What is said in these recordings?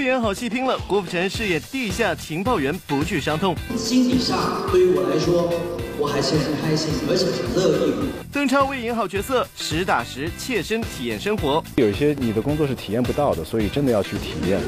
为演好戏拼了，郭富城饰演地下情报员不惧伤痛。 心理上对于我来说，我还是很开心，而且很乐意。 邓超为演好角色，实打实切身体验生活。 有一些你的工作是体验不到的，所以真的要去体验。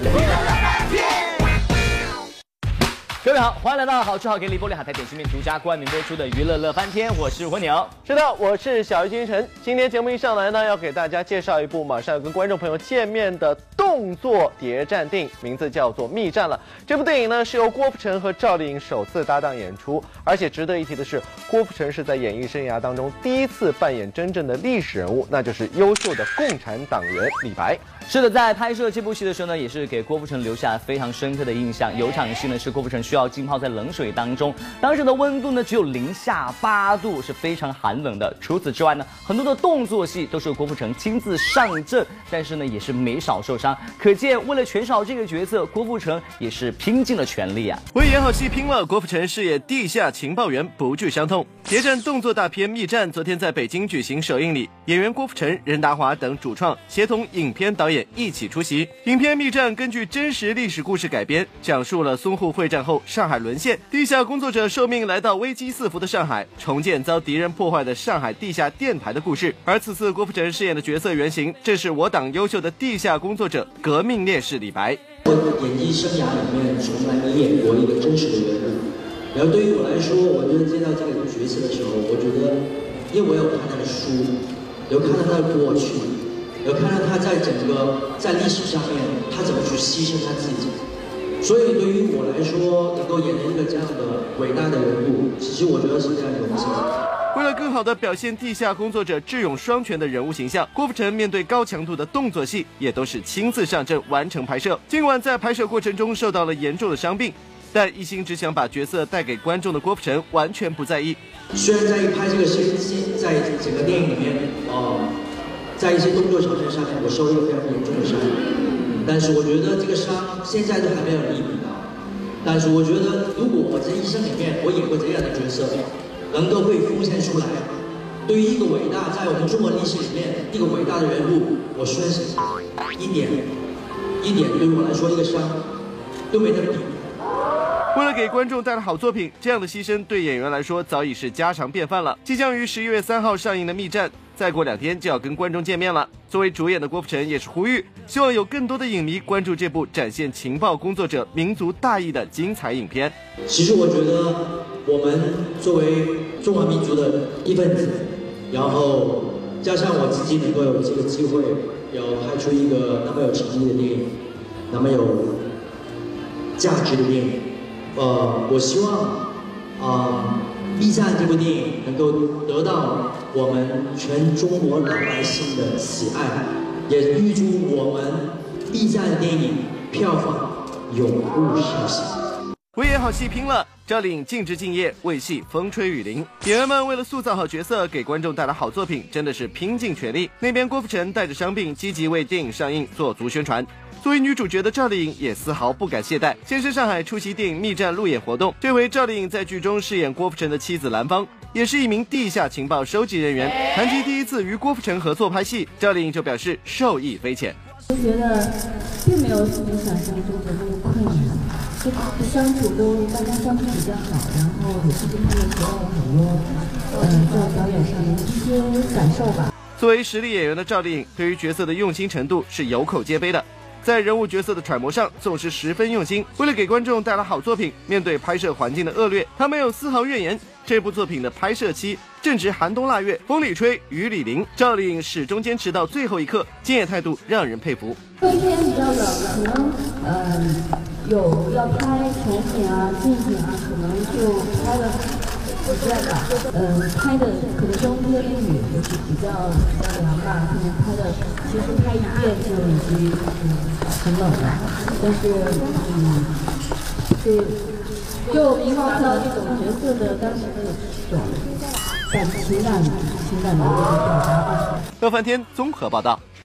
各位好，欢迎来到好吃好给力玻璃海苔点心面独家冠名播出的娱乐乐翻天，我是蜗牛。 是的，我是小鱼金晨。今天节目一上来呢，要给大家介绍一部马上要跟观众朋友见面的动作谍战电影，名字叫做《密战》了。这部电影呢是由郭富城和赵丽颖首次搭档演出，而且值得一提的是，郭富城是在演艺生涯当中第一次扮演真正的历史人物，那就是优秀的共产党员李白。 是的，在拍摄这部戏的时候呢，也是给郭富城留下非常深刻的印象。有场戏呢是郭富城需要浸泡在冷水当中，当时的温度呢只有-8度，是非常寒冷的。除此之外呢，很多的动作戏都是郭富城亲自上阵，但是呢也是没少受伤。可见为了全少这个角色，郭富城也是拼尽了全力啊！ 为演好戏拼了，郭富城饰演地下情报员不惧伤痛。谍战动作大片《密战》昨天在北京举行首映礼，演员郭富城、任达华等主创协同影片导演一起出席。影片《密战》根据真实历史故事改编，讲述了淞沪会战后上海沦陷，地下工作者受命来到危机四伏的上海，重建遭敌人破坏的上海地下电台的故事。而此次郭富城饰演的角色原型，正是我党优秀的地下工作者、革命烈士李白。 我的演艺生涯里面从来没演过一个真实的人物，然后对于我来说，我觉得接到这个角色的时候，我觉得，因为我有看他的书，有看到他的过去，有看到他在整个在历史上面他怎么去牺牲他自己，所以对于我来说，能够演一个这样的伟大的人物，其实我觉得是非常荣幸的。 为了更好地表现地下工作者智勇双全的人物形象，郭富城面对高强度的动作戏，也都是亲自上阵完成拍摄。尽管在拍摄过程中受到了严重的伤病，但一心只想把角色带给观众的郭富城完全不在意。 虽然在拍这个戏，在整个电影里面，在一些动作场面上面，我受了一个非常严重的伤，但是我觉得这个伤现在都还没有弥补到。但是我觉得，如果我在一生里面我演过这样的角色，能够被浮现出来，对于一个伟大在我们中国历史里面一个伟大的人物，我宣誓一点对于我来说一个伤都没得比。 为了给观众带来好作品，这样的牺牲对演员来说早已是家常便饭了。即将于11月3号上映的《密战》，再过2天就要跟观众见面了。作为主演的郭富城也是呼吁，希望有更多的影迷关注这部展现情报工作者民族大义的精彩影片。 其实我觉得，我们作为中华民族的一份子，然后加上我自己能够有这个机会，有拍出一个那么有诚意的电影，那么有价值的电影。我希望《密战》这部电影能够得到我们全中国老百姓的喜爱，也预祝我们《密战》的电影票房永不失信。 为演好戏拼了，赵丽颖尽职敬业，为戏风吹雨淋。演员们为了塑造好角色，给观众带来好作品，真的是拼尽全力。那边郭富城带着伤病，积极为电影上映做足宣传。作为女主角的赵丽颖也丝毫不敢懈怠，先是上海出席电影《密战》路演活动。这回赵丽颖在剧中饰演郭富城的妻子兰芳，也是一名地下情报收集人员。谈及第一次与郭富城合作拍戏，赵丽颖就表示受益匪浅。 我觉得并没有你想象中的那么困难，就相处大家相处比较好，然后也是跟他们学到了很多在表演上的一些感受吧。 作为实力演员的赵丽颖，对于角色的用心程度是有口皆碑的。在人物角色的揣摩上总是十分用心，为了给观众带来好作品，面对拍摄环境的恶劣，他没有丝毫怨言。这部作品的拍摄期正值寒冬腊月，风里吹雨里淋，赵丽颖始终坚持到最后一刻，敬业态度让人佩服。 这一天比较冷，可能有要拍全景啊、近景啊，可能就拍了几段吧。拍的可能中天雨就是比较凉吧，可能拍的其实拍一遍就已经很冷了，但是就营造出这种角色的当时的这种情感的一个表达吧。 乐翻天综合报道。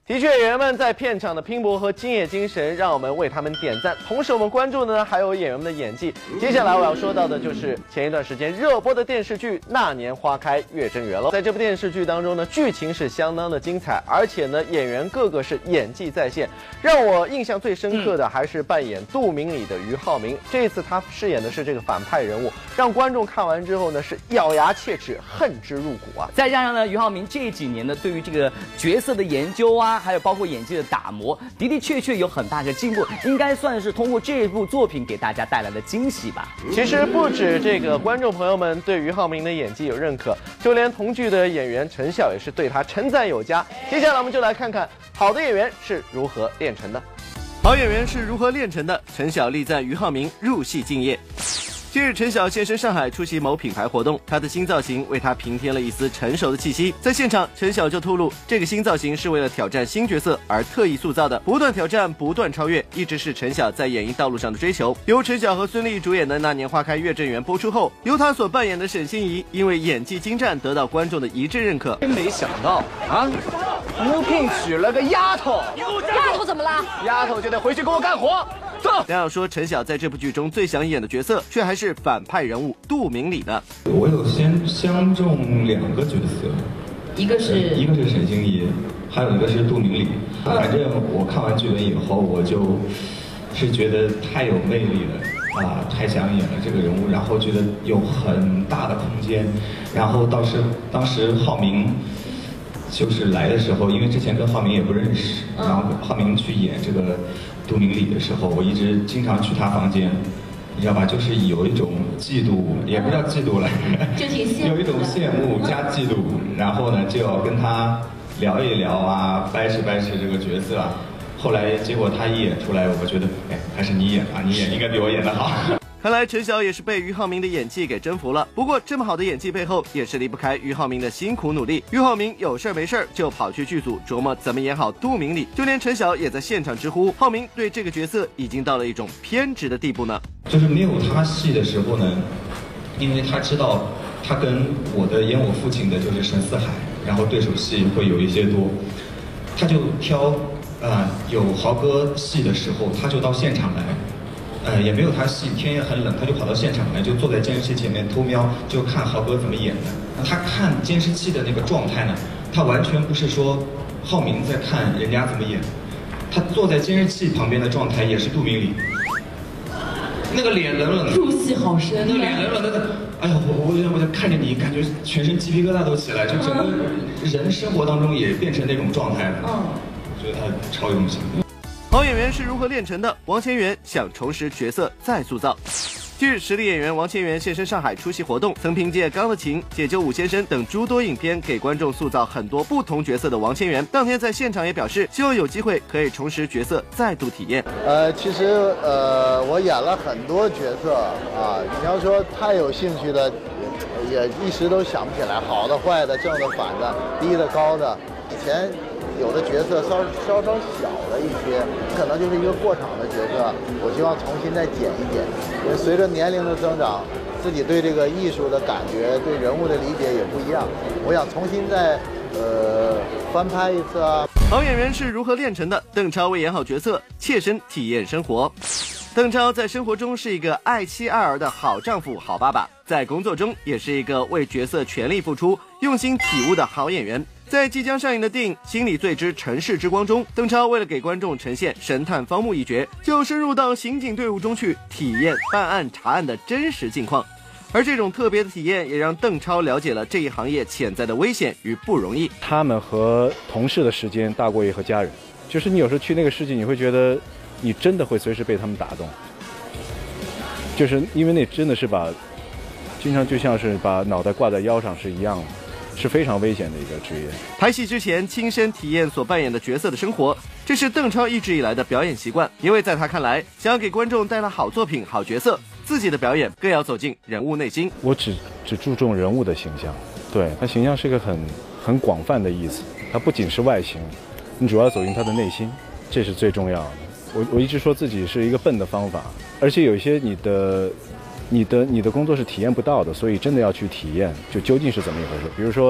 的确，演员们在片场的拼搏和敬业精神，让我们为他们点赞。同时，我们关注的呢还有演员们的演技。接下来我要说到的就是前一段时间热播的电视剧《那年花开月正圆》了。在这部电视剧当中呢，剧情是相当的精彩，而且呢，演员个个是演技在线。让我印象最深刻的还是扮演杜明礼的俞灏明。这一次他饰演的是这个反派人物，让观众看完之后呢是咬牙切齿，恨之入骨啊！ 再加上呢，俞灏明这几年呢对于这个角色的研究啊，还有包括演技的打磨，的确有很大的进步，应该算是通过这部作品给大家带来的惊喜吧。 其实不止这个观众朋友们对俞灏明的演技有认可，就连同剧的演员陈晓也是对他称赞有加。接下来我们就来看看好的演员是如何炼成的。 好演员是如何炼成的？陈晓力赞俞灏明入戏敬业。近日，陈晓现身上海出席某品牌活动，他的新造型为他平添了一丝成熟的气息。在现场，陈晓就透露，这个新造型是为了挑战新角色而特意塑造的，不断挑战，不断超越，一直是陈晓在演艺道路上的追求。由陈晓和孙俪主演的《那年花开月正圆》播出后，由他所扮演的沈心怡因为演技精湛，得到观众的一致认可。 真没想到啊，吴聘娶了个丫头， 丫头怎么了？ 丫头就得回去给我干活。走。 但要说陈晓在这部剧中最想演的角色，却还是反派人物杜明礼的。 我有相中2个角色，一个是沈星怡，还有一个是杜明礼。反正我看完剧本以后，我就是觉得太有魅力了啊，太想演了这个人物，然后觉得有很大的空间。然后当时灏明就是来的时候，因为之前跟灏明也不认识，然后灏明去演这个杜明礼的时候，我一直经常去他房间，你知道吧？就是有一种嫉妒，也不叫嫉妒了， 就挺羡慕， 有一种羡慕加嫉妒，然后呢就要跟他聊一聊啊，掰扯这个角色啊。后来结果他一演出来，我觉得，哎，还是你演吧，你演应该比我演得好。 看来陈晓也是被俞灏明的演技给征服了。不过这么好的演技背后，也是离不开俞灏明的辛苦努力。俞灏明有事没事就跑去剧组琢磨怎么演好杜明礼，就连陈晓也在现场直呼，灏明对这个角色已经到了一种偏执的地步呢。 就是没有他戏的时候呢，因为他知道他跟演我父亲的就是沈四海，然后对手戏会有一些多，他就挑有豪哥戏的时候，他就到现场来。也没有他戏，天也很冷，他就跑到现场来，就坐在监视器前面偷瞄，就看豪哥怎么演的。他看监视器的那个状态呢，他完全不是说灏明在看人家怎么演，他坐在监视器旁边的状态也是杜明礼，那个脸冷冷的， 入戏好深， 那个脸冷冷的，哎呀，我就看着你，感觉全身鸡皮疙瘩都起来，就整个人生活当中也变成那种状态了。我觉得他超用心。 好演员是如何炼成的？王千源想重拾角色再塑造。近日，实力演员王千源现身上海出席活动，曾凭借《钢的琴》《解救武先生》等诸多影片给观众塑造很多不同角色的王千源，当天在现场也表示，希望有机会可以重拾角色再度体验。 其实我演了很多角色啊，你要说太有兴趣的，也一时都想不起来，好的、坏的、正的、反的、低的、高的，以前。有的角色稍小了一些，可能就是一个过场的角色，我希望重新再剪一剪。因为随着年龄的增长，自己对这个艺术的感觉、对人物的理解也不一样。我想重新再翻拍一次啊。 好演员是如何炼成的？邓超为演好角色，切身体验生活。邓超在生活中是一个爱妻爱儿的好丈夫、好爸爸，在工作中也是一个为角色全力付出、用心体悟的好演员。在即将上映的电影《心里最知城市之光》中，邓超为了给观众呈现神探方木一角，就深入到刑警队伍中去体验办案查案的真实境况。而这种特别的体验，也让邓超了解了这一行业潜在的危险与不容易。 他们和同事的时间大过于和家人，就是你有时候去那个世界，你会觉得你真的会随时被他们打动，就是因为那真的是经常就像是把脑袋挂在腰上是一样的。是非常危险的一个职业。 拍戏之前亲身体验所扮演的角色的生活，这是邓超一直以来的表演习惯。因为在他看来，想要给观众带来好作品、好角色，自己的表演更要走进人物内心。 我只注重人物的形象，对他形象是一个很广泛的意思，它不仅是外形，你主要走进他的内心，这是最重要的。我一直说自己是一个笨的方法，而且有一些你的工作是体验不到的，所以真的要去体验，就究竟是怎么一回事。比如说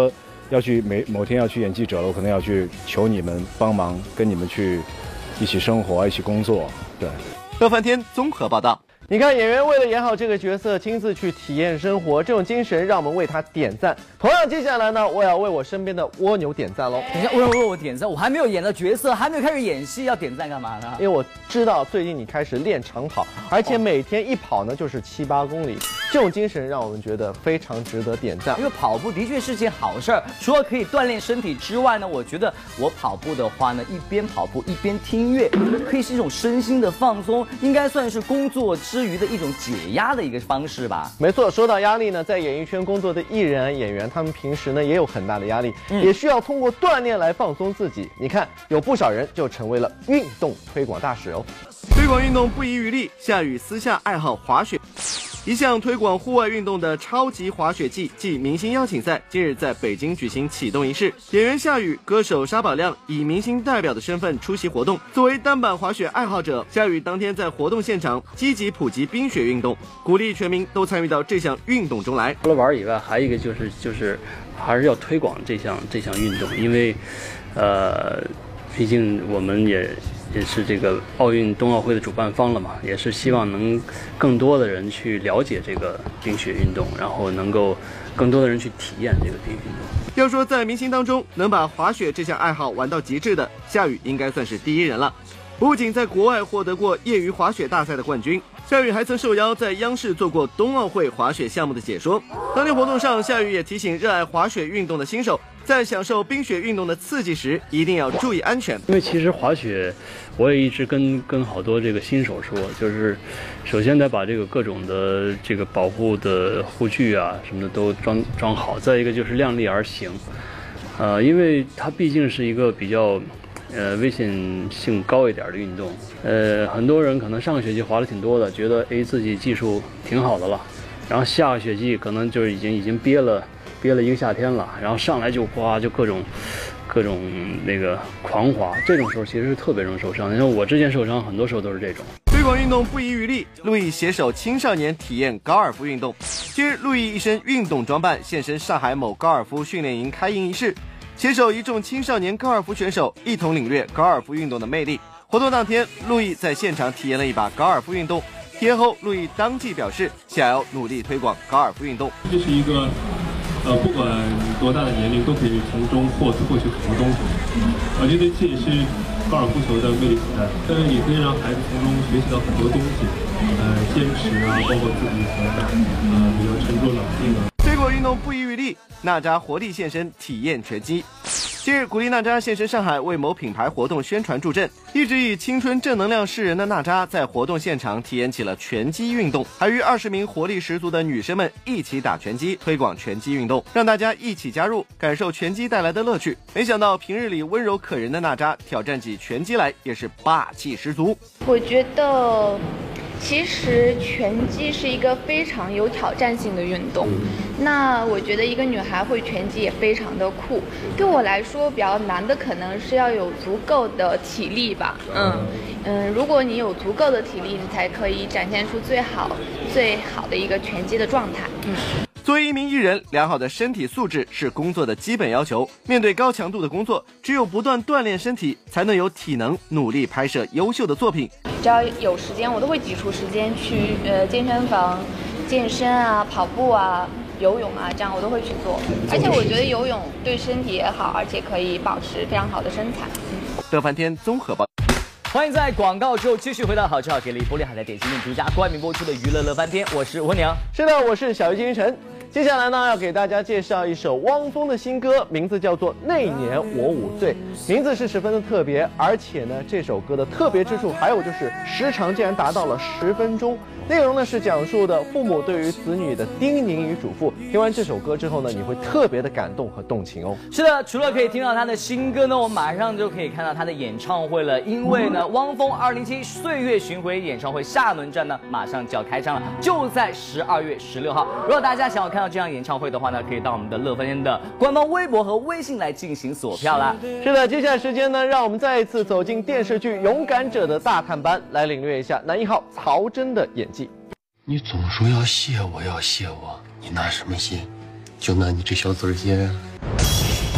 要去某天要去演记者了，我可能要去求你们帮忙，跟你们去一起生活，一起工作。对。 乐翻天综合报道。 你看，演员为了演好这个角色，亲自去体验生活，这种精神让我们为他点赞。同样，接下来呢，我要为我身边的蜗牛点赞喽。 等一下，为我点赞，我还没有演到角色，还没有开始演戏，要点赞干嘛呢？ 因为我知道最近你开始练长跑，而且每天一跑呢就是7、8公里，这种精神让我们觉得非常值得点赞。 因为跑步的确是件好事儿，除了可以锻炼身体之外呢，我觉得我跑步的话呢，一边跑步一边听音乐，可以是一种身心的放松，应该算是工作之余的一种解压的一个方式吧。 没错，说到压力呢，在演艺圈工作的艺人、演员，他们平时呢也有很大的压力，也需要通过锻炼来放松自己。你看，有不少人就成为了运动推广大使哦。 推广运动不遗余力，夏雨私下爱好滑雪。一项推广户外运动的超级滑雪季暨明星邀请赛今日在北京举行启动仪式，演员夏雨、歌手沙宝亮以明星代表的身份出席活动。作为单板滑雪爱好者，夏雨当天在活动现场积极普及冰雪运动，鼓励全民都参与到这项运动中来。 除了玩以外，还有一个就是还是要推广这项运动，因为毕竟我们也是这个奥运冬奥会的主办方了嘛，也是希望能更多的人去了解这个冰雪运动，然后能够更多的人去体验这个冰雪运动。 要说在明星当中能把滑雪这项爱好玩到极致的，夏雨应该算是第一人了。不仅在国外获得过业余滑雪大赛的冠军，夏雨还曾受邀在央视做过冬奥会滑雪项目的解说。当天活动上，夏雨也提醒热爱滑雪运动的新手，在享受冰雪运动的刺激时，一定要注意安全。 因为其实滑雪，我也一直跟好多这个新手说，就是首先得把这个各种的这个保护的护具啊什么的都装好，再一个就是量力而行，因为它毕竟是一个比较危险性高一点的运动。很多人可能上个雪季滑的挺多的，觉得自己技术挺好的了，然后下个雪季可能就是已经憋了一个夏天了，然后上来就哗就各种那个狂滑，这种时候其实是特别容易受伤。你看我之前受伤很多时候都是这种。 推广运动不遗余力，陆毅携手青少年体验高尔夫运动。今日陆毅一身运动装扮现身上海某高尔夫训练营开营仪式，携手一众青少年高尔夫选手一同领略高尔夫运动的魅力。活动当天，陆毅在现场体验了一把高尔夫运动。体验后，陆毅当即表示想要努力推广高尔夫运动。 这是一个不管多大的年龄都可以从中获取很多东西。我觉得这也是高尔夫球的魅力所在，但是也可以让孩子从中学习到很多东西，坚持啊，包括自己比较沉着冷静啊。 推广运动不遗余力，娜扎活力现身体验拳击。近日，古力娜扎现身上海为某品牌活动宣传助阵，一直以青春正能量示人的娜扎在活动现场体验起了拳击运动，还与20名活力十足的女生们一起打拳击，推广拳击运动，让大家一起加入，感受拳击带来的乐趣。没想到平日里温柔可人的娜扎挑战起拳击来也是霸气十足。 我觉得其实拳击是一个非常有挑战性的运动，那我觉得一个女孩会拳击也非常的酷。对我来说比较难的可能是要有足够的体力吧，如果你有足够的体力，你才可以展现出最好的一个拳击的状态。 作为一名艺人，良好的身体素质是工作的基本要求。面对高强度的工作，只有不断锻炼身体，才能有体能努力拍摄优秀的作品。 只要有时间，我都会挤出时间去健身房健身啊、跑步啊、游泳啊，这样我都会去做。而且我觉得游泳对身体也好，而且可以保持非常好的身材。 乐翻天综合报。 欢迎在广告之后继续回到好吃好给力玻璃海苔点心面独家冠名播出的娱乐乐翻天，我是温良。 是的，我是小鱼金晨。接下来呢，要给大家介绍一首汪峰的新歌，名字叫做《那年我5岁》，名字是十分的特别，而且呢，这首歌的特别之处还有就是时长竟然达到了10分钟。内容呢是讲述的父母对于子女的叮咛与嘱咐。听完这首歌之后呢，你会特别的感动和动情哦。 是的，除了可以听到他的新歌呢，我马上就可以看到他的演唱会了。因为呢，汪峰2017岁月巡回演唱会厦门站呢，马上就要开张了，就在12月16号。如果大家想要看到这场演唱会的话呢，可以到我们的乐翻天的官方微博和微信来进行锁票啦。 是的，接下来时间呢，让我们再一次走进电视剧《勇敢者》的大探班，来领略一下男1号曹真的演技。 你总说要谢我，你拿什么谢？就拿你这小嘴儿谢。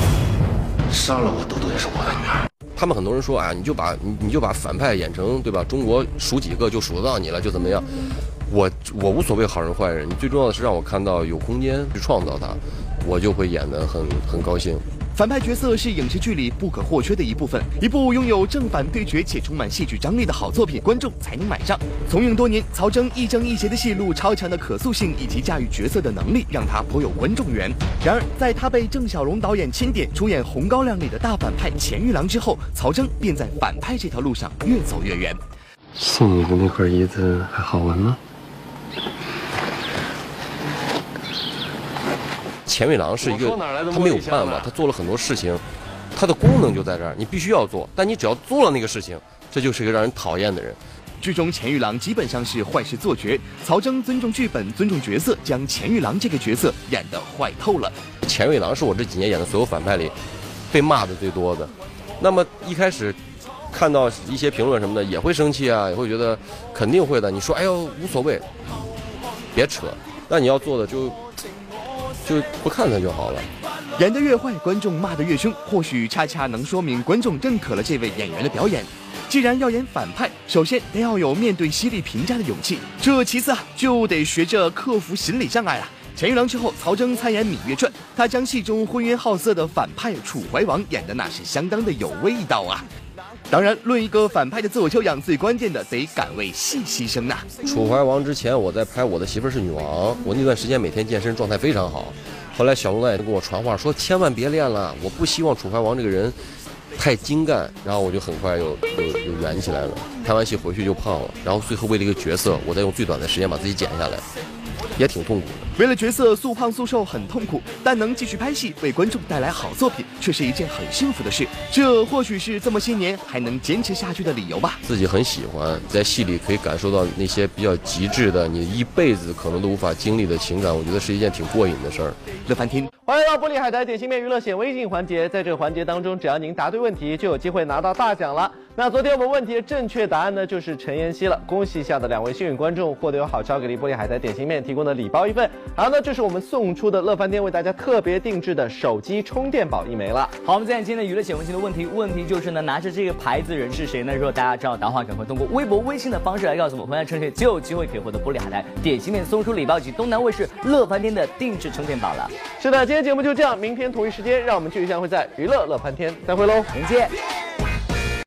杀了我，豆豆也是我的女儿。他们很多人说啊，你就把反派演成对吧？中国数几个就数得到你了，就怎么样？我无所谓好人坏人，你最重要的是让我看到有空间去创造它，我就会演得很高兴。 反派角色是影视剧里不可或缺的一部分，一部拥有正反对决且充满戏剧张力的好作品，观众才能买账。从影多年，曹征亦正亦邪的戏路、超强的可塑性以及驾驭角色的能力，让他颇有观众缘。然而，在他被郑晓龙导演钦点出演红高粱里的大反派钱玉郎之后，曹征便在反派这条路上越走越远。 送你的那块椰子还好闻吗？ 钱玉郎是一个，他没有办法，他做了很多事情，他的功能就在这儿，你必须要做，但你只要做了那个事情，这就是一个让人讨厌的人。 剧中钱玉郎基本上是坏事做绝，曹征尊重剧本、尊重角色，将钱玉郎这个角色演得坏透了。 钱玉郎是我这几年演的所有反派里被骂的最多的。那么一开始看到一些评论什么的，也会生气啊，也会觉得肯定会的。你说哎呦无所谓，别扯，那你要做的就不看他就好了。 演得越坏，观众骂得越凶，或许恰恰能说明观众认可了这位演员的表演。既然要演反派，首先得要有面对犀利评价的勇气，这其次就得学着克服心理障碍了。钱玉郎之后，曹征参演《芈月传》，他将戏中昏冤好色的反派楚怀王演得那是相当的有味道啊。当然，论一个反派的自我修养，最关键的得敢为戏牺牲呐。 楚怀王之前，我在拍《我的媳妇是女王》，我那段时间每天健身，状态非常好。后来小龙也跟我传话说，千万别练了，我不希望楚怀王这个人太精干。然后我就很快又圆起来了，拍完戏回去就胖了。然后最后为了一个角色，我再用最短的时间把自己减下来，也挺痛苦的。 为了角色速胖速瘦很痛苦，但能继续拍戏，为观众带来好作品，却是一件很幸福的事。这或许是这么些年还能坚持下去的理由吧。 自己很喜欢在戏里可以感受到那些比较极致的，你一辈子可能都无法经历的情感，我觉得是一件挺过瘾的事儿。 乐翻天， 欢迎来到玻璃海苔点心面娱乐显微镜环节，在这个环节当中，只要您答对问题，就有机会拿到大奖了。那昨天我们问题的正确答案呢，就是陈妍希了。恭喜一下的2位幸运观众获得由好超给力玻璃海苔点心面提供的礼包1份，还有呢，这是我们送出的乐翻天为大家特别定制的手机充电宝1枚了。 好，我们再看今天的娱乐显微镜的问题就是呢，拿着这个牌子人是谁呢？如果大家知道答案，赶快通过微博、微信的方式来告诉我们，回答正确就有机会可以获得玻璃海苔点心面送出礼包及东南卫视乐翻天的定制充电宝了。 是的，今天节目就这样，明天同一时间，让我们继续相会在娱乐乐翻天，再会喽， 明天见。